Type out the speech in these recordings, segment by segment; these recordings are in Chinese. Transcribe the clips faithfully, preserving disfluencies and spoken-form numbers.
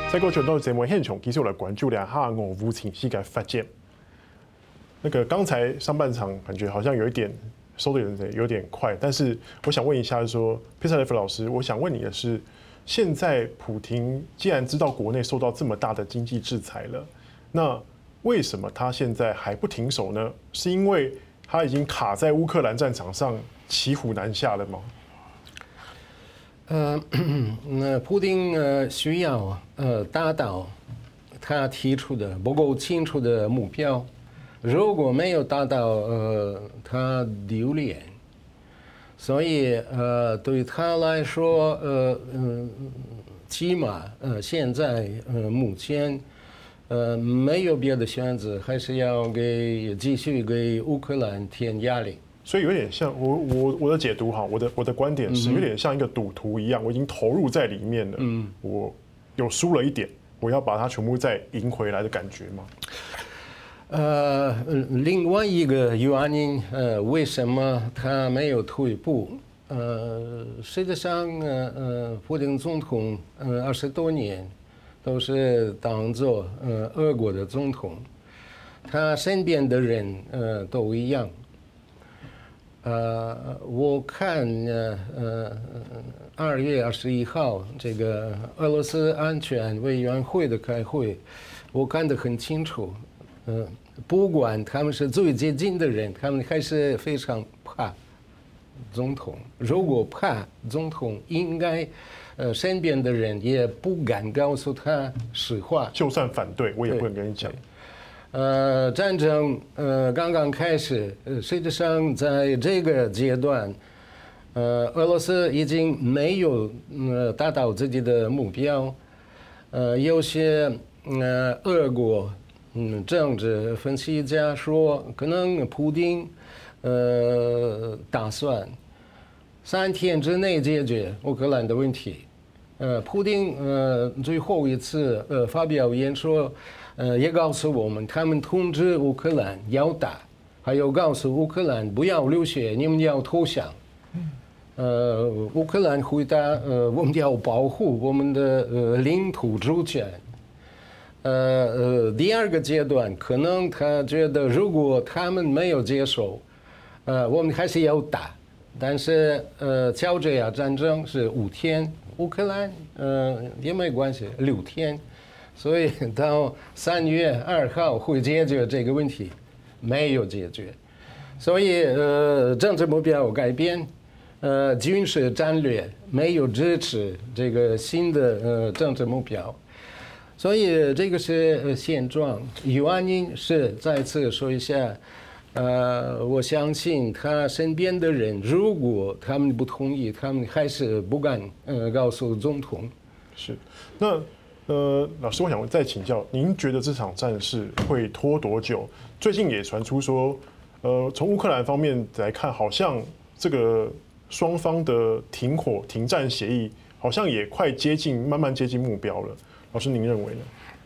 在過去很多節目現場，其實我來關注兩下俄烏情勢嘅發展。那個剛才上半場感覺好像有一點收的有有點快，但是我想問一下說，佩薩雷夫老師，我想問你的是，現在普丁既然知道國內受到這麼大的經濟制裁了，那為什麼他現在還不停手呢？是因為他已經卡在烏克蘭戰場上，騎虎難下了嗎？ 呃，那普丁呃需要呃达到他提出的不够清楚的目标，如果没有达到呃他丢脸，所以呃对他来说呃嗯起码呃现在呃目前呃没有别的选择，还是要给继续给乌克兰添压力。 所以有点像我我我的解读哈，我的我的观点是有点像一个赌徒一样，我已经投入在里面了，嗯，我有输了一点，我要把它全部再赢回来的感觉吗？ 呃，另外一个原因，呃，为什么他没有退步？呃，实际上，呃呃，普丁总统，呃，二十多年都是当做呃俄国的总统，他身边的人，呃，都一样。呃，我看呃呃二月二十一号这个俄罗斯安全委员会的开会，我看得很清楚。呃，不管他们是最接近的人，他们还是非常怕总统。如果怕总统，应该呃身边的人也不敢告诉他实话。 就算反对，我也不能跟你讲。 呃，战争呃刚刚开始，呃，实际上在这个阶段，呃，俄罗斯已经没有呃达到自己的目标，呃，有些呃俄国嗯政治分析家说，可能普丁呃打算三天之内解决乌克兰的问题。呃，普丁呃最后一次呃发表演说。呃，也告诉我们，他们通知乌克兰要打，还有告诉乌克兰不要流血，你们要投降。呃，乌克兰回答，呃，我们要保护我们的呃领土主权。呃呃，第二个阶段，可能他觉得，如果他们没有接受，呃，我们还是要打，但是呃，乔治亚战争是五天，乌克兰呃也没关系，六天。所以到三月二号会解决这个问题，没有解决，所以呃政治目标改变，呃军事战略没有支持这个新的呃政治目标，所以这个是现状。原因是再次说一下，呃我相信他身边的人，如果他们不同意，他们还是不敢呃告诉总统。 是，那。呃，老师，我想再请教，您觉得这场战事会拖多久？最近也传出说，呃，从乌克兰方面来看，好像这个双方的停火、停战协议好像也快接近，慢慢接近目标了。老师，您认为呢？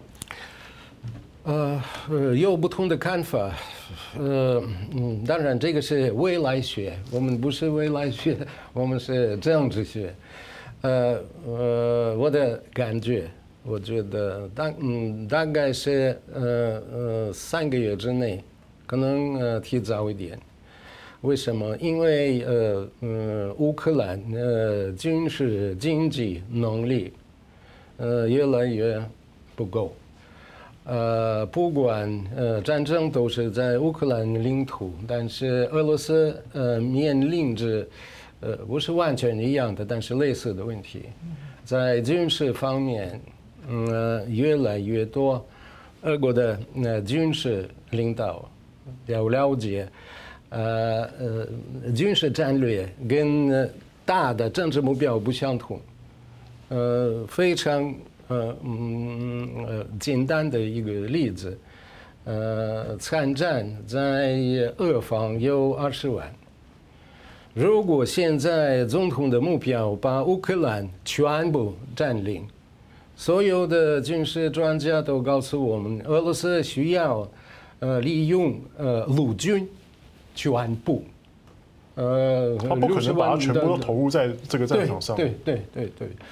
呃呃，有不同的看法。呃嗯，当然这个是未来学，我们不是未来学，我们是政治学。呃呃，我的感觉。我觉得大嗯大概是呃呃三个月之内，可能呃提早一点。为什么？因为呃呃乌克兰呃军事经济能力呃越来越不够。呃不管呃战争都是在乌克兰领土，但是俄罗斯呃面临着呃不是完全一样的，但是类似的问题，在军事方面。嗯、呃，越来越多，俄国的呃军事领导要了解，呃呃，军事战略跟、呃、大的政治目标不相同。呃，非常呃嗯呃简单的一个例子，呃，参战在俄方有二十万。如果现在总统的目标把乌克兰全部占领。所有的军事专家都告诉我们，俄罗斯需要，呃，利用呃陆军全部，呃， 他不可能把它全部都投入在这个战场上。 对对对对，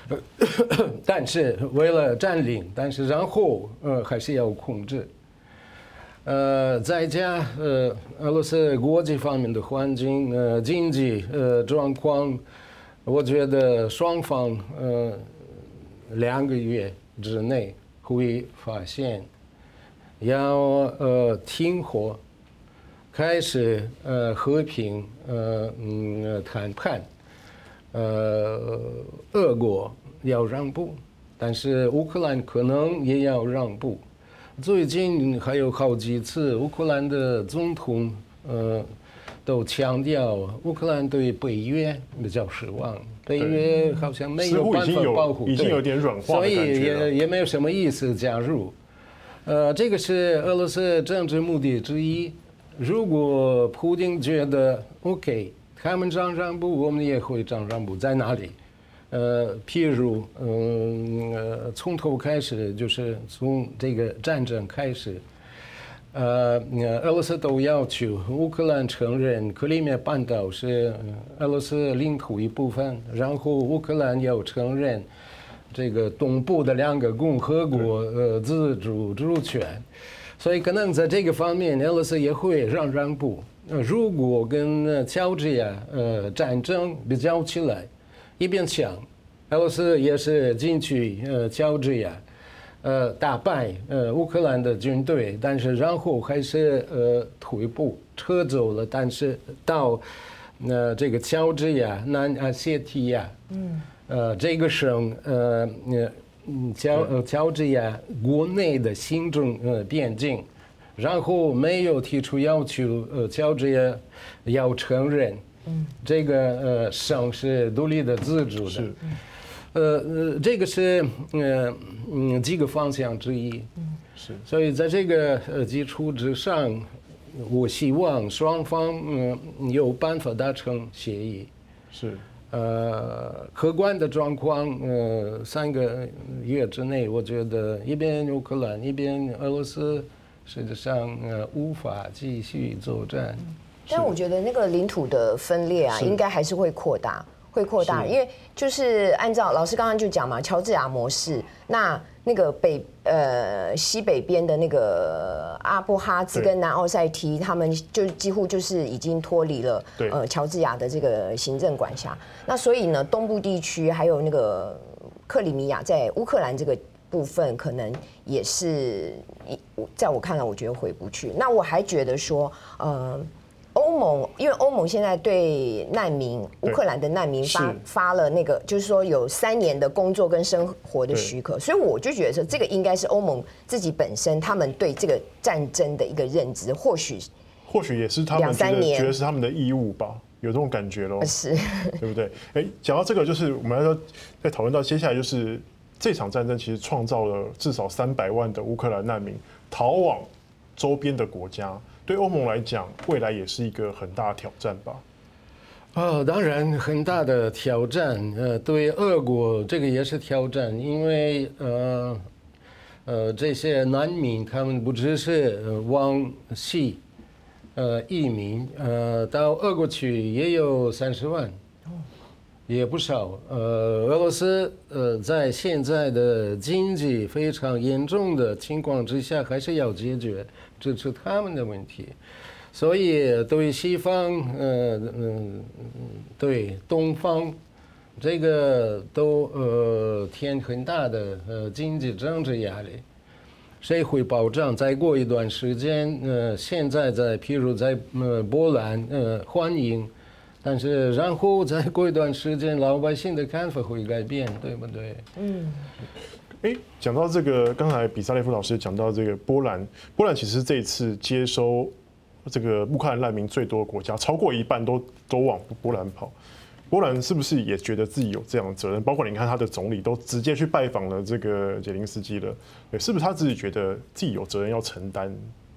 但是为了占领，但是然后呃还是要控制。呃，再加呃俄罗斯国际方面的环境、呃经济呃状况，我觉得双方呃两个月之内会发现，要呃停火，开始呃和平呃嗯谈判，呃俄国要让步，但是乌克兰可能也要让步。最近还有好几次，乌克兰的总统呃都强调，乌克兰对北约比较失望，北约好像没有办法保护， 已经有点软化的感觉了， 所以也也没有什么意思加入。呃，这个是俄罗斯政治目的之一。如果普京觉得 OK， 他们让让步，我们也会让让步，在哪里？呃，譬如，嗯呃，从头开始，就是从这个战争开始，呃，俄罗斯都要求乌克兰承认克里米亚半岛是俄罗斯领土一部分，然后乌克兰要承认这个东部的两个共和国呃自主主权，所以可能在这个方面，俄罗斯也会让让步。呃，如果跟乔治亚呃战争比较起来，一边抢，俄罗斯也是进去呃乔治亚，呃打败呃乌克兰的军队，但是然后还是呃退步撤走了，但是到呃这个乔治亚、南阿谢提亚，嗯，呃这个省呃呃嗯乔呃乔治亚国内的行政呃边境，然后没有提出要求呃乔治亚要承认。嗯，这个呃省是独立的、自主的， 是， 呃呃，这个是呃嗯几个方向之一。嗯， 是。 所以在这个呃基础之上，我希望双方嗯、呃、有办法达成协议。 是。 呃，客观的状况，呃，三个月之内，我觉得一边乌克兰，一边俄罗斯，实际上呃无法继续作战。 但我觉得那个领土的分裂啊，应该还是会扩大，会扩大，因为就是按照老师刚刚就讲嘛，乔治亚模式，那那个北呃西北边的那个阿布哈兹跟南奥塞梯，他们就几乎就是已经脱离了呃乔治亚的这个行政管辖。那所以呢，东部地区还有那个克里米亚在乌克兰这个部分，可能也是在我看来，我觉得回不去。那我还觉得说，呃。欧盟，因为欧盟现在对难民、乌克兰的难民发发了那个，就是说有三年的工作跟生活的许可，所以我就觉得说，这个应该是欧盟自己本身他们对这个战争的一个认知，或许或许也是他们两三年觉得是他们的义务吧，有这种感觉咯， 是， 对不对？哎，讲到这个，就是我们要再讨论到接下来，就是这场战争其实创造了至少三百万的乌克兰难民逃往周边的国家。对欧盟来讲，未来也是一个很大的挑战吧？ 哦，当然很大的挑战。呃，对俄国这个也是挑战，因为呃呃这些难民他们不只是往西呃移民，呃到俄国去也有三十万，也不少。呃，俄罗斯呃在现在的经济非常严重的情况之下，还是要解决。这是他们的问题，所以对西方，呃嗯对东方，这个都呃添很大的呃经济政治压力。谁会保障？再过一段时间，呃，现在在譬如在呃波兰呃欢迎，但是然后再过一段时间，老百姓的看法会改变，对不对？嗯。 哎，讲到这个，刚才比萨列夫老师讲到这个波兰，波兰其实这一次接收这个乌克兰难民最多的国家，超过一半都都往波兰跑。波兰是不是也觉得自己有这样的责任？包括你看他的总理都直接去拜访了这个杰林斯基了，对，是不是他自己觉得自己有责任要承担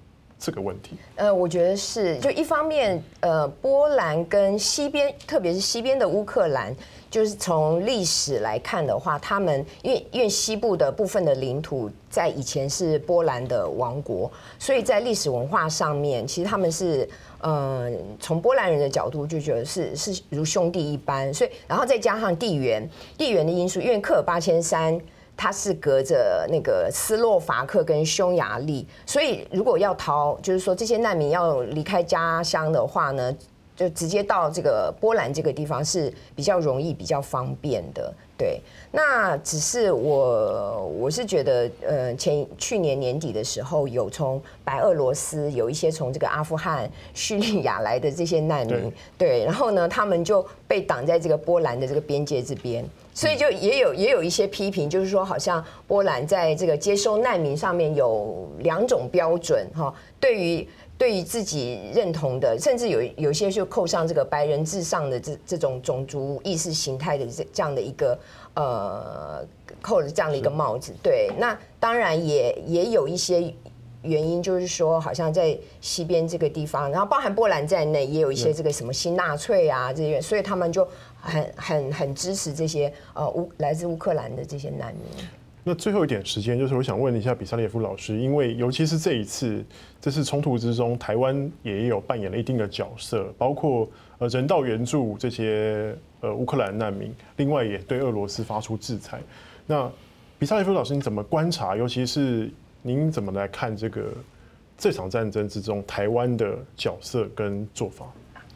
这个问题？ 呃，我觉得是，就一方面，呃，波兰跟西边，特别是西边的乌克兰，就是从历史来看的话，他们因为因为西部的部分的领土在以前是波兰的王国，所以在历史文化上面，其实他们是。呃，从波兰人的角度就觉得是是如兄弟一般，所以然后再加上地缘地缘的因素，因为科尔巴千山它是隔着那个斯洛伐克跟匈牙利，所以如果要逃，就是说这些难民要离开家乡的话呢，就直接到这个波兰这个地方是比较容易、比较方便的。对，那只是我我是觉得，呃，前去年年底的时候，有从白俄罗斯有一些从这个阿富汗、叙利亚来的这些难民，对，然后呢，他们就被挡在这个波兰的这个边界这边，所以就也有也有一些批评，就是说好像波兰在这个接收难民上面有两种标准哈，对于。对于自己认同的，甚至有有些就扣上这个白人至上的这这种种族意识形态的这这样的一个呃扣了这样的一个帽子。对，那当然也也有一些原因，就是说好像在西边这个地方，然后包含波兰在内，也有一些这个什么新纳粹啊这些，所以他们就很很很支持这些呃乌来自乌克兰的这些难民。 那最后一点时间，就是我想问一下比萨列夫老师，因为尤其是这一次这次冲突之中，台湾也有扮演了一定的角色，包括呃人道援助这些呃乌克兰难民，另外也对俄罗斯发出制裁。那比萨列夫老师，你怎么观察？尤其是您怎么来看这个这场战争之中台湾的角色跟做法？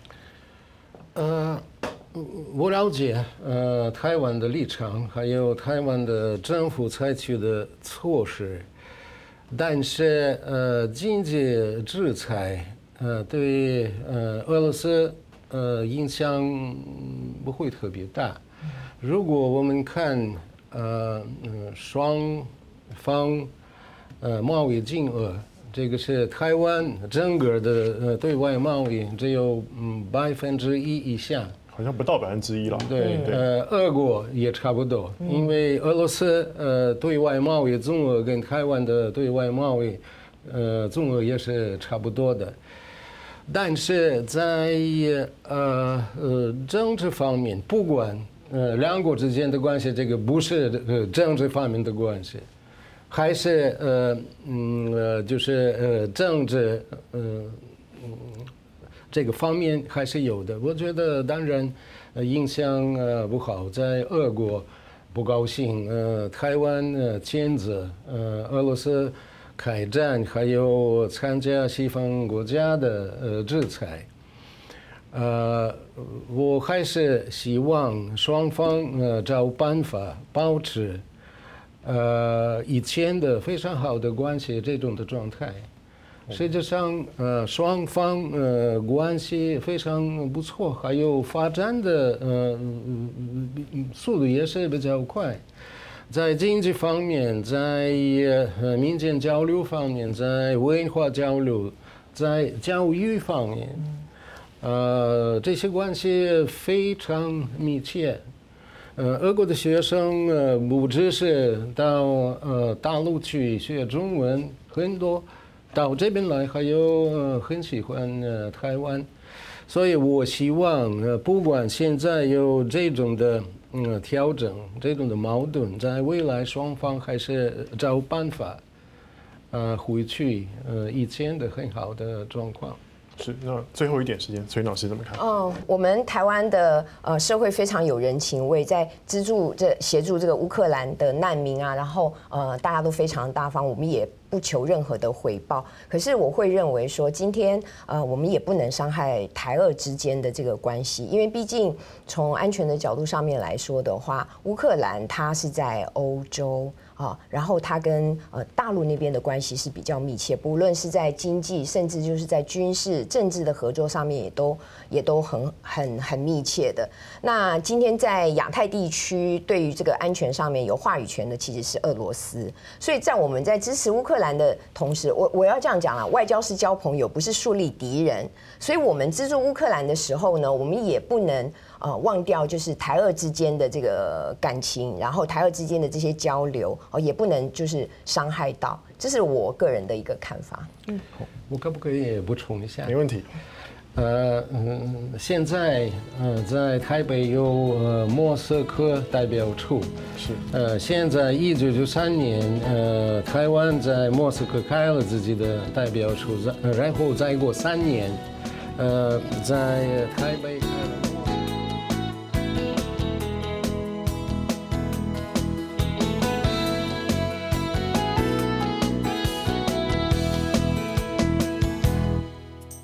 呃。我了解，呃，台湾的立场，还有台湾的政府采取的措施，但是，呃，经济制裁，呃，对呃俄罗斯呃影响不会特别大。如果我们看呃双方呃贸易金额，这个是台湾整个的呃对外贸易只有嗯百分之一以下。 好像不到百分之一了。 对，呃，俄国也差不多，因为俄罗斯呃对外贸易总额跟台湾的对外贸易呃总额也是差不多的，但是在呃呃政治方面，不管呃两国之间的关系，这个不是呃政治方面的关系，还是呃嗯呃就是呃政治呃嗯。这个方面还是有的，我觉得当然，呃，影响呃不好，在俄国不高兴，呃，台湾呃谴责，呃，俄罗斯开战，还有参加西方国家的呃制裁，呃，我还是希望双方呃找办法保持呃以前的非常好的关系这种的状态。实际上，呃，双方呃关系非常不错，还有发展的呃速度也是比较快，在经济方面，在呃民间交流方面，在文化交流，在教育方面，呃，这些关系非常密切。呃，俄国的学生呃不只是到呃大陆去学中文，很多。到这边来，还有呃很喜欢呃台湾，所以我希望呃不管现在有这种的嗯调整，这种的矛盾，在未来双方还是找办法，呃回去呃以前的很好的状况。 是，那最后一点时间，崔老师怎么看？ 哦，我们台湾的呃社会非常有人情味，在资助这协助这个乌克兰的难民啊，然后呃大家都非常大方，我们也不求任何的回报。可是我会认为说，今天呃我们也不能伤害台俄之间的这个关系，因为毕竟从安全的角度上面来说的话，乌克兰它是在欧洲。啊，然后它跟呃大陆那边的关系是比较密切，不论是在经济，甚至就是在军事、政治的合作上面，也都也都很很很密切的。那今天在亚太地区，对于这个安全上面有话语权的，其实是俄罗斯。所以在我们在支持乌克兰的同时，我我要这样讲啦，外交是交朋友，不是树立敌人。所以我们资助乌克兰的时候呢，我们也不能。呃，忘掉就是台俄之间的这个感情，然后台俄之间的这些交流， 哦，也不能就是伤害到，这是我个人的一个看法。嗯， 我可不可以补充一下？ 没问题。 呃嗯，现在呃在台北有呃莫斯科代表处， 是呃现在一九九三年呃台湾在莫斯科开了自己的代表处，然后再过三年，呃在台北开了。